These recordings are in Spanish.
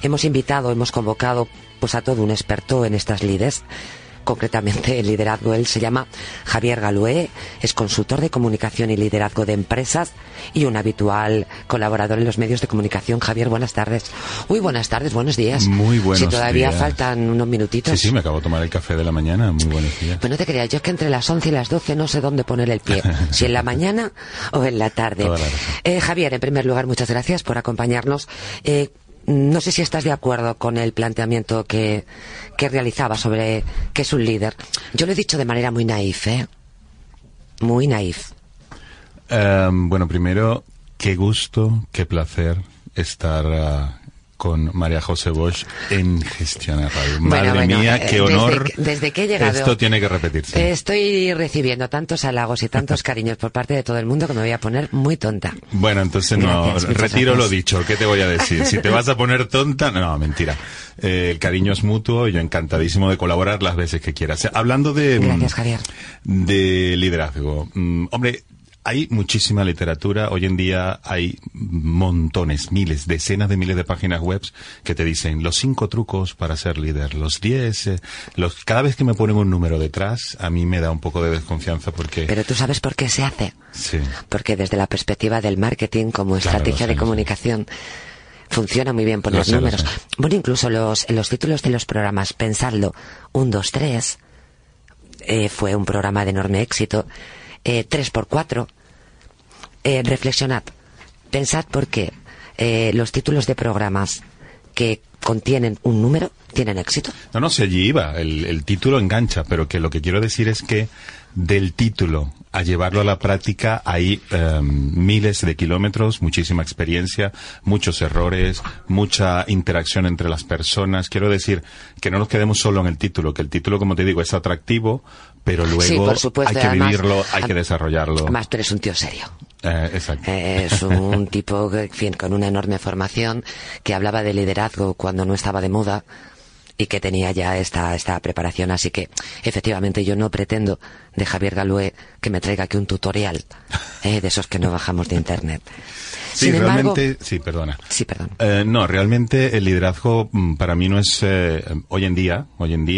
hemos convocado pues a todo un experto en estas lides, concretamente el liderazgo. Él se llama Javier Galué, es consultor de comunicación y liderazgo de empresas y un habitual colaborador en los medios de comunicación. Javier, buenas tardes. Uy, buenas tardes, buenos días. Muy buenos días. Si todavía faltan unos minutitos. Sí, me acabo de tomar el café de la mañana. Muy buenos días. Pues no te creas, yo es que entre las 11 y las 12 no sé dónde poner el pie, si en la mañana o en la tarde. Javier, en primer lugar, muchas gracias por acompañarnos. No sé si estás de acuerdo con el planteamiento que realizaba sobre qué es un líder. Yo lo he dicho de manera muy naif, muy naif. Bueno, primero, qué gusto, qué placer estar con María José Bosch en Gestionar Radio. Madre mía, qué honor. Desde que he llegado, esto tiene que repetirse. Estoy recibiendo tantos halagos y tantos cariños por parte de todo el mundo que me voy a poner muy tonta. Bueno, entonces Gracias, retiro lo dicho. ¿Qué te voy a decir? Si te vas a poner tonta, no, mentira. El cariño es mutuo y yo encantadísimo de colaborar las veces que quieras. Hablando de... Gracias, Javier. De liderazgo. Hombre, hay muchísima literatura. Hoy en día hay montones, miles, decenas de miles de páginas web que te dicen los 5 trucos para ser líder, los 10. Cada vez que me ponen un número detrás, a mí me da un poco de desconfianza porque... Pero tú sabes por qué se hace. Sí. Porque desde la perspectiva del marketing como estrategia de comunicación funciona muy bien poner números. Bueno, incluso los títulos de los programas, pensadlo, 1, 2, 3, fue un programa de enorme éxito. 3x4. Reflexionad, pensad por qué los títulos de programas que contienen un número tienen éxito. No, si allí iba, el título engancha, pero que lo que quiero decir es que del título a llevarlo a la práctica hay miles de kilómetros, muchísima experiencia, muchos errores, mucha interacción entre las personas. Quiero decir que no nos quedemos solo en el título, que el título, como te digo, es atractivo, pero luego sí, por supuesto, hay que además, vivirlo, hay que desarrollarlo. Además, tú eres un tío serio. Exacto. Es un tipo, en fin, con una enorme formación, que hablaba de liderazgo cuando no estaba de moda y que tenía ya esta preparación. Así que, efectivamente, yo no pretendo de Javier Galué que me traiga aquí un tutorial de esos que no bajamos de internet. Sí, Sin embargo, realmente, sí, perdona. Sí, perdón. No, realmente el liderazgo para mí no es, hoy en día,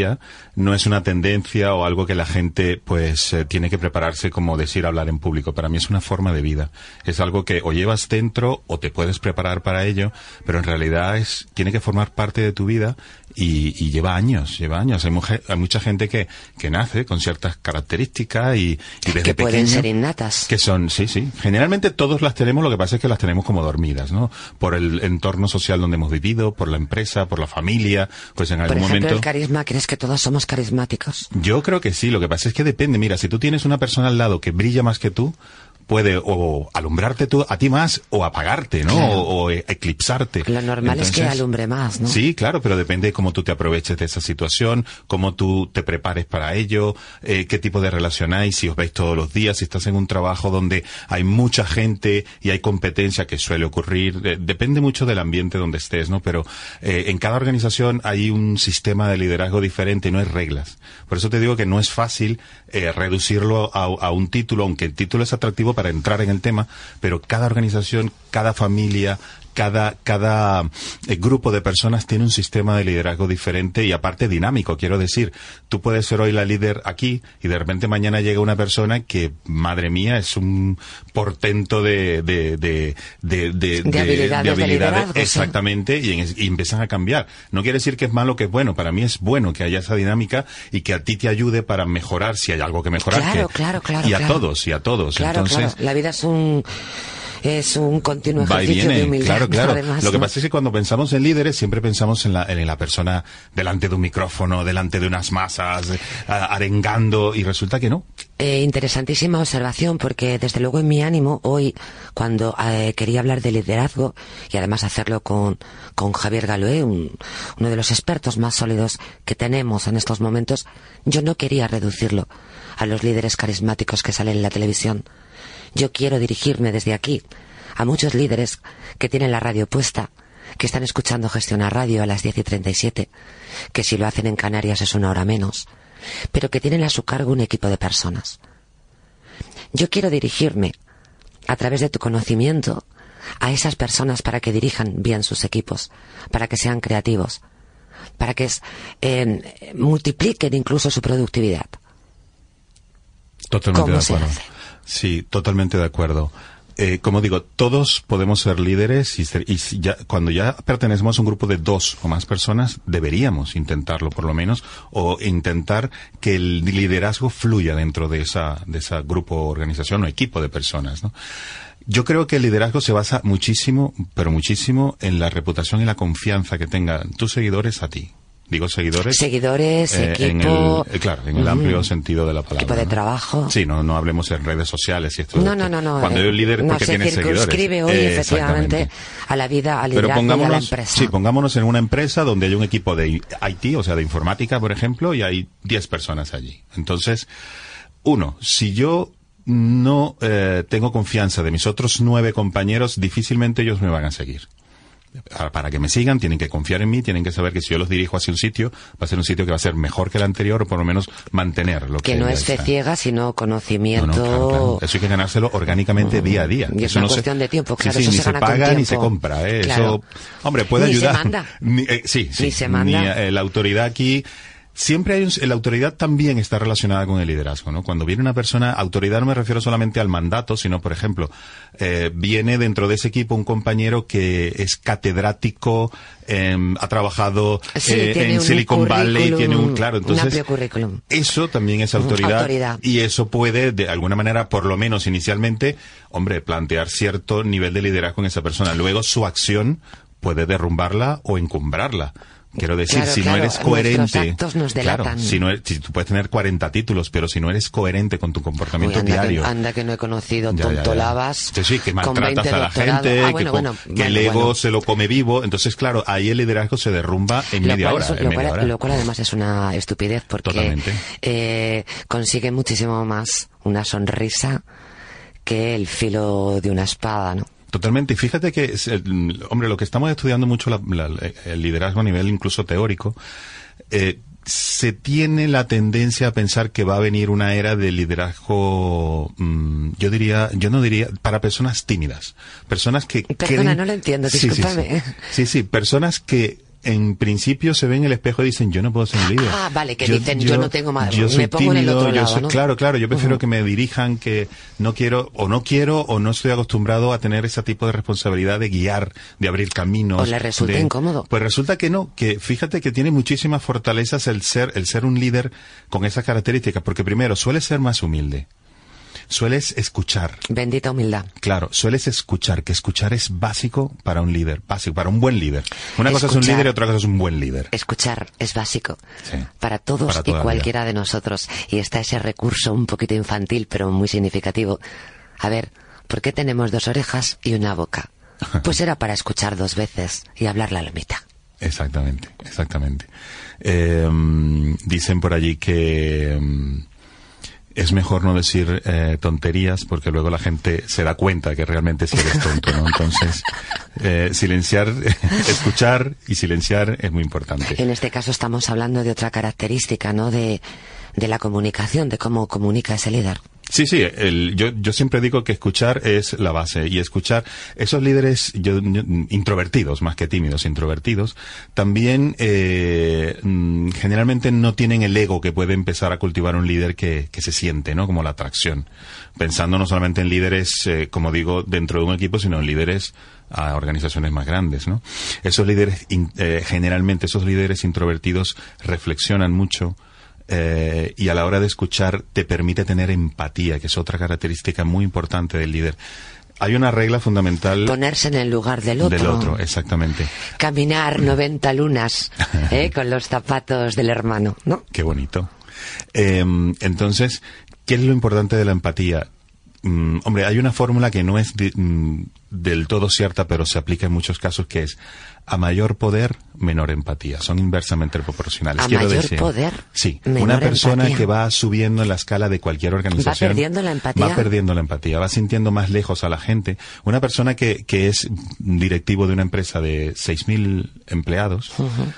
no es una tendencia o algo que la gente pues tiene que prepararse como decir hablar en público. Para mí es una forma de vida. Es algo que o llevas dentro o te puedes preparar para ello, pero en realidad tiene que formar parte de tu vida y lleva años. Hay mucha gente que nace con ciertas características y desde que pueden pequeño, ser innatas. que son, sí. Generalmente todos las tenemos, lo que pasa es que las tenemos como dormidas, ¿no? Por el entorno social donde hemos vivido, por la empresa, por la familia, pues en algún momento... Por ejemplo, momento... el carisma, ¿crees que todos somos carismáticos? Yo creo que sí, lo que pasa es que depende. Mira, si tú tienes una persona al lado que brilla más que tú, puede o alumbrarte a ti más o apagarte, ¿no? Claro. O eclipsarte. Lo normal es que alumbre más, ¿no? Sí, claro, pero depende de cómo tú te aproveches de esa situación, cómo tú te prepares para ello, qué tipo de relación hay, si os veis todos los días, si estás en un trabajo donde hay mucha gente y hay competencia, que suele ocurrir. Depende mucho del ambiente donde estés, ¿no? Pero en cada organización hay un sistema de liderazgo diferente y no hay reglas. Por eso te digo que no es fácil reducirlo a un título, aunque el título es atractivo para entrar en el tema, pero cada organización, cada familia, cada grupo de personas tiene un sistema de liderazgo diferente y aparte dinámico. Quiero decir, tú puedes ser hoy la líder aquí y de repente mañana llega una persona que, madre mía, es un portento de habilidades. Exactamente, sí. y empiezan a cambiar. No quiere decir que es malo, que es bueno. Para mí es bueno que haya esa dinámica y que a ti te ayude para mejorar si hay algo que mejorar. Claro. Y a todos. Claro, Entonces, la vida es un continuo ejercicio de humildad. Claro. Además, lo que pasa es que cuando pensamos en líderes siempre pensamos en la persona delante de un micrófono, delante de unas masas, arengando, y resulta que no. Interesantísima observación, porque desde luego en mi ánimo hoy, cuando quería hablar de liderazgo y además hacerlo con Javier Galué, uno de los expertos más sólidos que tenemos en estos momentos, yo no quería reducirlo a los líderes carismáticos que salen en la televisión. Yo quiero dirigirme desde aquí a muchos líderes que tienen la radio puesta, que están escuchando Gestionar Radio a las 10:37, que si lo hacen en Canarias es 1 hora menos, pero que tienen a su cargo un equipo de personas. Yo quiero dirigirme, a través de tu conocimiento, a esas personas para que dirijan bien sus equipos, para que sean creativos, para que multipliquen incluso su productividad. Totalmente de ¿Cómo se acuerdo. hace? Sí, totalmente de acuerdo. Como digo, todos podemos ser líderes y cuando ya pertenecemos a un grupo de 2 o más personas, deberíamos intentarlo por lo menos, o intentar que el liderazgo fluya dentro de esa grupo, organización o equipo de personas, ¿no? Yo creo que el liderazgo se basa muchísimo, pero muchísimo, en la reputación y la confianza que tengan tus seguidores a ti. Digo seguidores, equipo, en el amplio sentido de la palabra. Equipo de ¿no? trabajo. Sí, no hablemos en redes sociales y esto. No. Cuando hay un líder porque tiene seguidores. Se circunscribe hoy efectivamente a la vida, al liderazgo y a la empresa. Sí, pongámonos en una empresa donde hay un equipo de IT, o sea, de informática, por ejemplo, y hay 10 personas allí. Entonces, si yo no tengo confianza de mis otros 9 compañeros, difícilmente ellos me van a seguir. Para que me sigan, tienen que confiar en mí, tienen que saber que si yo los dirijo hacia un sitio, va a ser un sitio que va a ser mejor que el anterior, o por lo menos mantener lo que no es fe ciega, sino conocimiento. Claro. Eso hay que ganárselo orgánicamente día a día. Y es una cuestión de tiempo, claro. Sí, eso ni se paga ni se compra. Claro. Eso, hombre, puede ayudar. Ni se manda. La autoridad aquí. Siempre la autoridad también está relacionada con el liderazgo, ¿no? Cuando viene una persona, autoridad no me refiero solamente al mandato, sino, por ejemplo, viene dentro de ese equipo un compañero que es catedrático, ha trabajado en Silicon Valley, tiene un amplio currículum. Eso también es autoridad. Y eso puede, de alguna manera, por lo menos inicialmente, plantear cierto nivel de liderazgo en esa persona. Luego su acción puede derrumbarla o encumbrarla. Quiero decir, no eres coherente, nuestros actos nos delatan. Si tú puedes tener 40 títulos, pero si no eres coherente con tu comportamiento diario. Anda que no he conocido tontolabas. Sí, que maltratas a la gente, que el ego se lo come vivo. Entonces, claro, ahí el liderazgo se derrumba en media hora. Lo cual además es una estupidez porque consigue muchísimo más una sonrisa que el filo de una espada, ¿no? Totalmente. Y fíjate que, lo que estamos estudiando mucho el liderazgo a nivel incluso teórico, se tiene la tendencia a pensar que va a venir una era de liderazgo, yo no diría, para personas tímidas. Personas que Perdona, no lo entiendo, discúlpame. Sí, personas que en principio se ven en el espejo y dicen, yo no puedo ser un líder. Vale, que dicen, yo no tengo más, yo soy me pongo tímido, en el otro lado, ¿no? Claro, yo prefiero que me dirijan, que no quiero o no estoy acostumbrado a tener ese tipo de responsabilidad de guiar, de abrir caminos. ¿O le resulta incómodo? Pues resulta que no, que fíjate que tiene muchísimas fortalezas el ser un líder con esas características, porque primero, suele ser más humilde. Sueles escuchar. Bendita humildad. Claro, sueles escuchar, que escuchar es básico para un líder, para un buen líder. Una cosa es un líder y otra cosa es un buen líder. Escuchar es básico para todos y cualquiera de nosotros. Y está ese recurso un poquito infantil, pero muy significativo. A ver, ¿por qué tenemos 2 orejas y una boca? Pues era para escuchar 2 veces y hablar la mitad. Exactamente. Dicen por allí que es mejor no decir tonterías porque luego la gente se da cuenta que realmente sí eres tonto, ¿no? Entonces, escuchar y silenciar es muy importante. En este caso estamos hablando de otra característica, ¿no? De la comunicación, de cómo comunica ese líder. Sí, yo siempre digo que escuchar es la base, y escuchar esos líderes introvertidos, más que tímidos, introvertidos, también generalmente no tienen el ego que puede empezar a cultivar un líder que se siente, ¿no? Como la atracción. Pensando no solamente en líderes, como digo, dentro de un equipo, sino en líderes a organizaciones más grandes, ¿no? Esos líderes, generalmente esos líderes introvertidos reflexionan mucho, y a la hora de escuchar te permite tener empatía, que es otra característica muy importante del líder. Hay una regla fundamental. Ponerse en el lugar del otro. Del otro, exactamente. Caminar 90 lunas con los zapatos del hermano, ¿no? Qué bonito. Entonces, ¿qué es lo importante de la empatía? Hay una fórmula que no es del todo cierta, pero se aplica en muchos casos, que es: a mayor poder, menor empatía. Son inversamente proporcionales. ¿A mayor poder? Sí. Una persona que va subiendo en la escala de cualquier organización. ¿Va perdiendo la empatía? Va perdiendo la empatía, va sintiendo más lejos a la gente. Una persona que es directivo de una empresa de 6.000 empleados,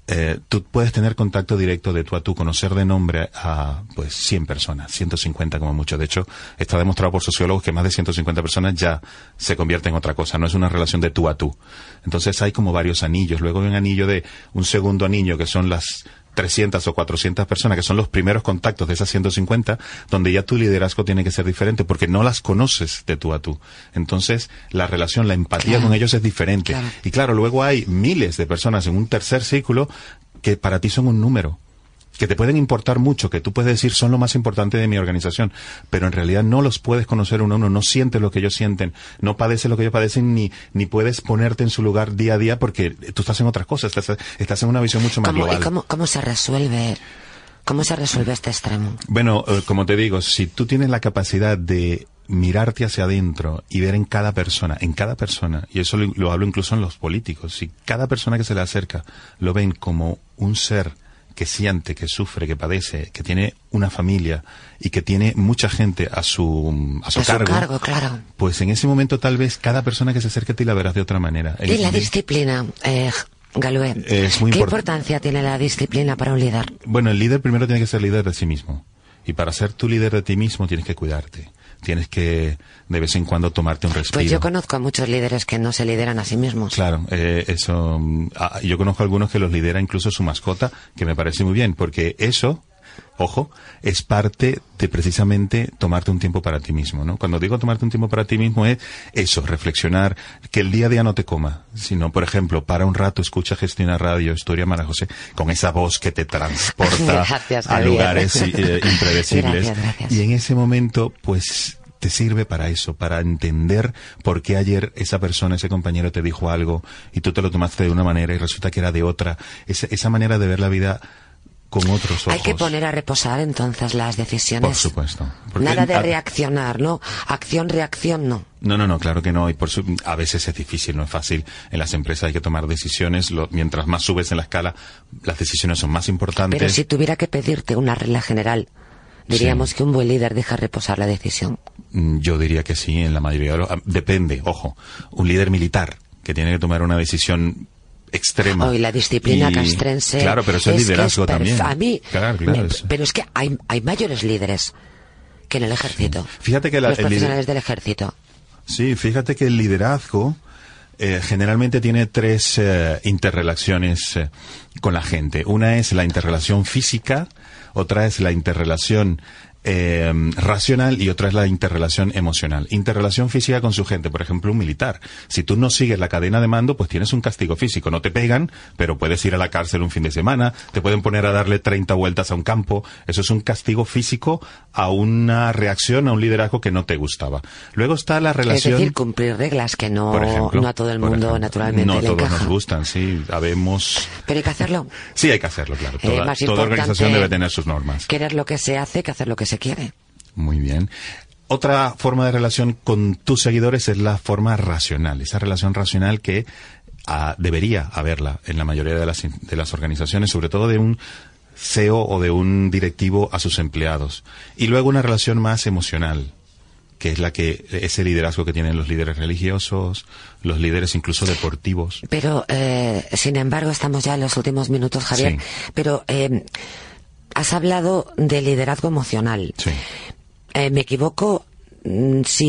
tú puedes tener contacto directo de tú a tú, conocer de nombre a pues 100 personas, 150 como mucho. De hecho, está demostrado por sociólogos que más de 150 personas ya se convierte en otra cosa, no es una relación de tú a tú. Entonces hay como varios anillos. Luego hay un anillo de un segundo anillo que son las 300 o 400 personas, que son los primeros contactos de esas 150, donde ya tu liderazgo tiene que ser diferente, porque no las conoces de tú a tú. Entonces, la relación, la empatía con ellos es diferente. Claro. Y claro, luego hay miles de personas en un tercer círculo que para ti son un número, que te pueden importar mucho, que tú puedes decir son lo más importante de mi organización, pero en realidad no los puedes conocer uno a uno, no sientes lo que ellos sienten, no padeces lo que ellos padecen, ni puedes ponerte en su lugar día a día, porque tú estás en otras cosas, estás en una visión mucho más global. ¿Y cómo se resuelve? ¿Cómo se resuelve este extremo? Bueno, como te digo, si tú tienes la capacidad de mirarte hacia adentro y ver en cada persona, y eso lo hablo incluso en los políticos, si cada persona que se le acerca lo ven como un ser que siente, que sufre, que padece, que tiene una familia y que tiene mucha gente a su cargo, claro. Pues en ese momento tal vez cada persona que se acerque a ti la verás de otra manera. Y la disciplina, Galué, es muy ¿qué importancia tiene la disciplina para un líder? Bueno, el líder primero tiene que ser líder de sí mismo. Y para ser tu líder de ti mismo tienes que cuidarte. Tienes que de vez en cuando tomarte un respiro. Pues yo conozco a muchos líderes que no se lideran a sí mismos. Claro, yo conozco a algunos que los lidera incluso su mascota, que me parece muy bien, porque eso, ojo, es parte de precisamente tomarte un tiempo para ti mismo, ¿no? Cuando digo tomarte un tiempo para ti mismo es eso, reflexionar, que el día a día no te coma, sino, por ejemplo, para un rato, escucha Gestionar Radio, Historia María José, con esa voz que te transporta a lugares impredecibles. Gracias. Y en ese momento, pues, te sirve para eso, para entender por qué ayer esa persona, ese compañero te dijo algo y tú te lo tomaste de una manera y resulta que era de otra. Esa manera de ver la vida con otros ojos. Hay que poner a reposar entonces las decisiones. Por supuesto. Nada de reaccionar, ¿no? Acción, reacción, no. No, claro que no. Y a veces es difícil, no es fácil. En las empresas hay que tomar decisiones. Mientras más subes en la escala, las decisiones son más importantes. Pero si tuviera que pedirte una regla general, diríamos que un buen líder deja reposar la decisión. Yo diría que sí, en la mayoría de los... Depende, ojo. Un líder militar que tiene que tomar una decisión extrema. Y la disciplina castrense. Claro, pero eso es liderazgo también. A mí, claro, pero es que hay mayores líderes que en el ejército. Fíjate que los profesionales del ejército. Sí, fíjate que el liderazgo generalmente tiene tres interrelaciones con la gente. Una es la interrelación física, otra es la interrelación racional y otra es la interrelación emocional. Interrelación física con su gente, por ejemplo, un militar. Si tú no sigues la cadena de mando, pues tienes un castigo físico. No te pegan, pero puedes ir a la cárcel un fin de semana, te pueden poner a darle 30 vueltas a un campo. Eso es un castigo físico a una reacción, a un liderazgo que no te gustaba. Luego está la relación... Es decir, cumplir reglas que no a todo el mundo naturalmente no le todos encaja. Nos gustan, sí, habemos... Pero hay que hacerlo. Sí, hay que hacerlo, claro. Toda organización debe tener sus normas. Querer lo que se hace que hacer lo que se quiere. Muy bien. Otra forma de relación con tus seguidores es la forma racional. Esa relación racional que debería haberla en la mayoría de las organizaciones, sobre todo de un CEO o de un directivo a sus empleados. Y luego una relación más emocional, que es ese liderazgo que tienen los líderes religiosos, los líderes incluso deportivos. Pero, sin embargo, estamos ya en los últimos minutos, Javier. Sí. Pero has hablado de liderazgo emocional. Sí. ¿Me equivoco si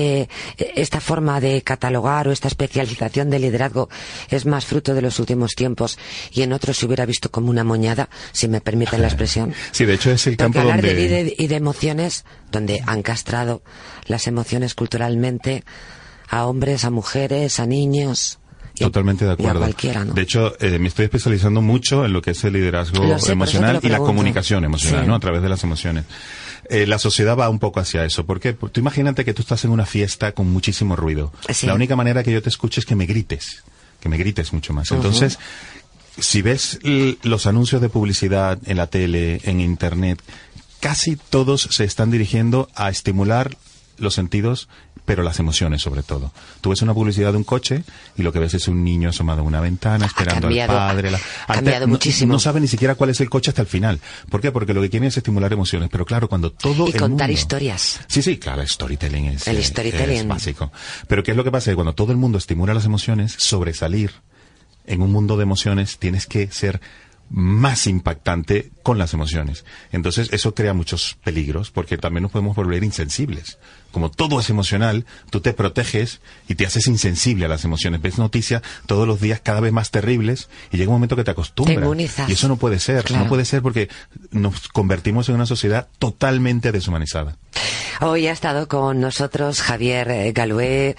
esta forma de catalogar o esta especialización de liderazgo es más fruto de los últimos tiempos y en otros se hubiera visto como una moñada, si me permiten la expresión? Sí, de hecho es el campo hablar donde... de líder y de emociones, donde han castrado las emociones culturalmente a hombres, a mujeres, a niños... Totalmente de acuerdo. Cualquiera, ¿no? De hecho, me estoy especializando mucho en lo que es el liderazgo emocional y la comunicación emocional, sí, ¿no? A través de las emociones. La sociedad va un poco hacia eso. ¿Por qué? Porque tú imagínate que tú estás en una fiesta con muchísimo ruido. Sí. La única manera que yo te escuche es que me grites mucho más. Entonces, si ves los anuncios de publicidad en la tele, en internet, casi todos se están dirigiendo a estimular los sentidos, pero las emociones sobre todo. Tú ves una publicidad de un coche y lo que ves es un niño asomado a una ventana esperando al padre. Ha cambiado muchísimo. No sabe ni siquiera cuál es el coche hasta el final. ¿Por qué? Porque lo que quieren es estimular emociones. Pero claro, cuando todo y contar historias. Sí, claro, el storytelling es básico. Pero ¿qué es lo que pasa? Que cuando todo el mundo estimula las emociones, sobresalir en un mundo de emociones tienes que ser más impactante con las emociones. Entonces eso crea muchos peligros porque también nos podemos volver insensibles. Como todo es emocional, tú te proteges y te haces insensible a las emociones. Ves noticias todos los días cada vez más terribles y llega un momento que te acostumbras. Te inmunizas. Y eso no puede ser. Claro. No puede ser porque nos convertimos en una sociedad totalmente deshumanizada. Hoy ha estado con nosotros Javier Galué,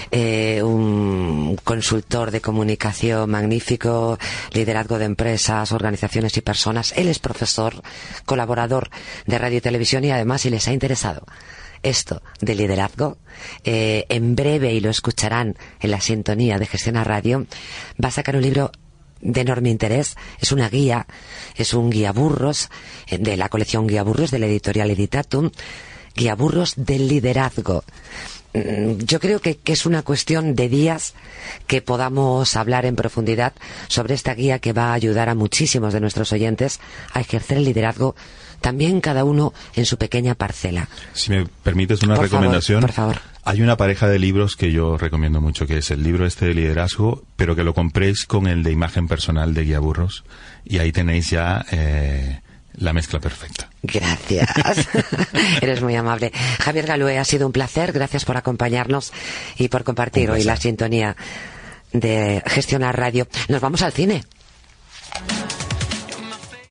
un consultor de comunicación magnífico, liderazgo de empresas, organizaciones y personas. Él es profesor, colaborador de radio y televisión y además, si les ha interesado esto de liderazgo, en breve, y lo escucharán en la sintonía de Gestiona Radio, va a sacar un libro de enorme interés. Es una guía, es un guiaburros de la colección Guiaburros de la editorial Editatum, Guiaburros del liderazgo. Yo creo que es una cuestión de días que podamos hablar en profundidad sobre esta guía que va a ayudar a muchísimos de nuestros oyentes a ejercer el liderazgo, también cada uno en su pequeña parcela. Si me permites una Por recomendación. favor, por favor. Hay una pareja de libros que yo recomiendo mucho, que es el libro de liderazgo, pero que lo compréis con el de imagen personal de Guiaburros, y ahí tenéis ya la mezcla perfecta. Gracias. Eres muy amable. Javier Galué, ha sido un placer. Gracias por acompañarnos y por compartir hoy la sintonía de Gestionar Radio. Nos vamos al cine.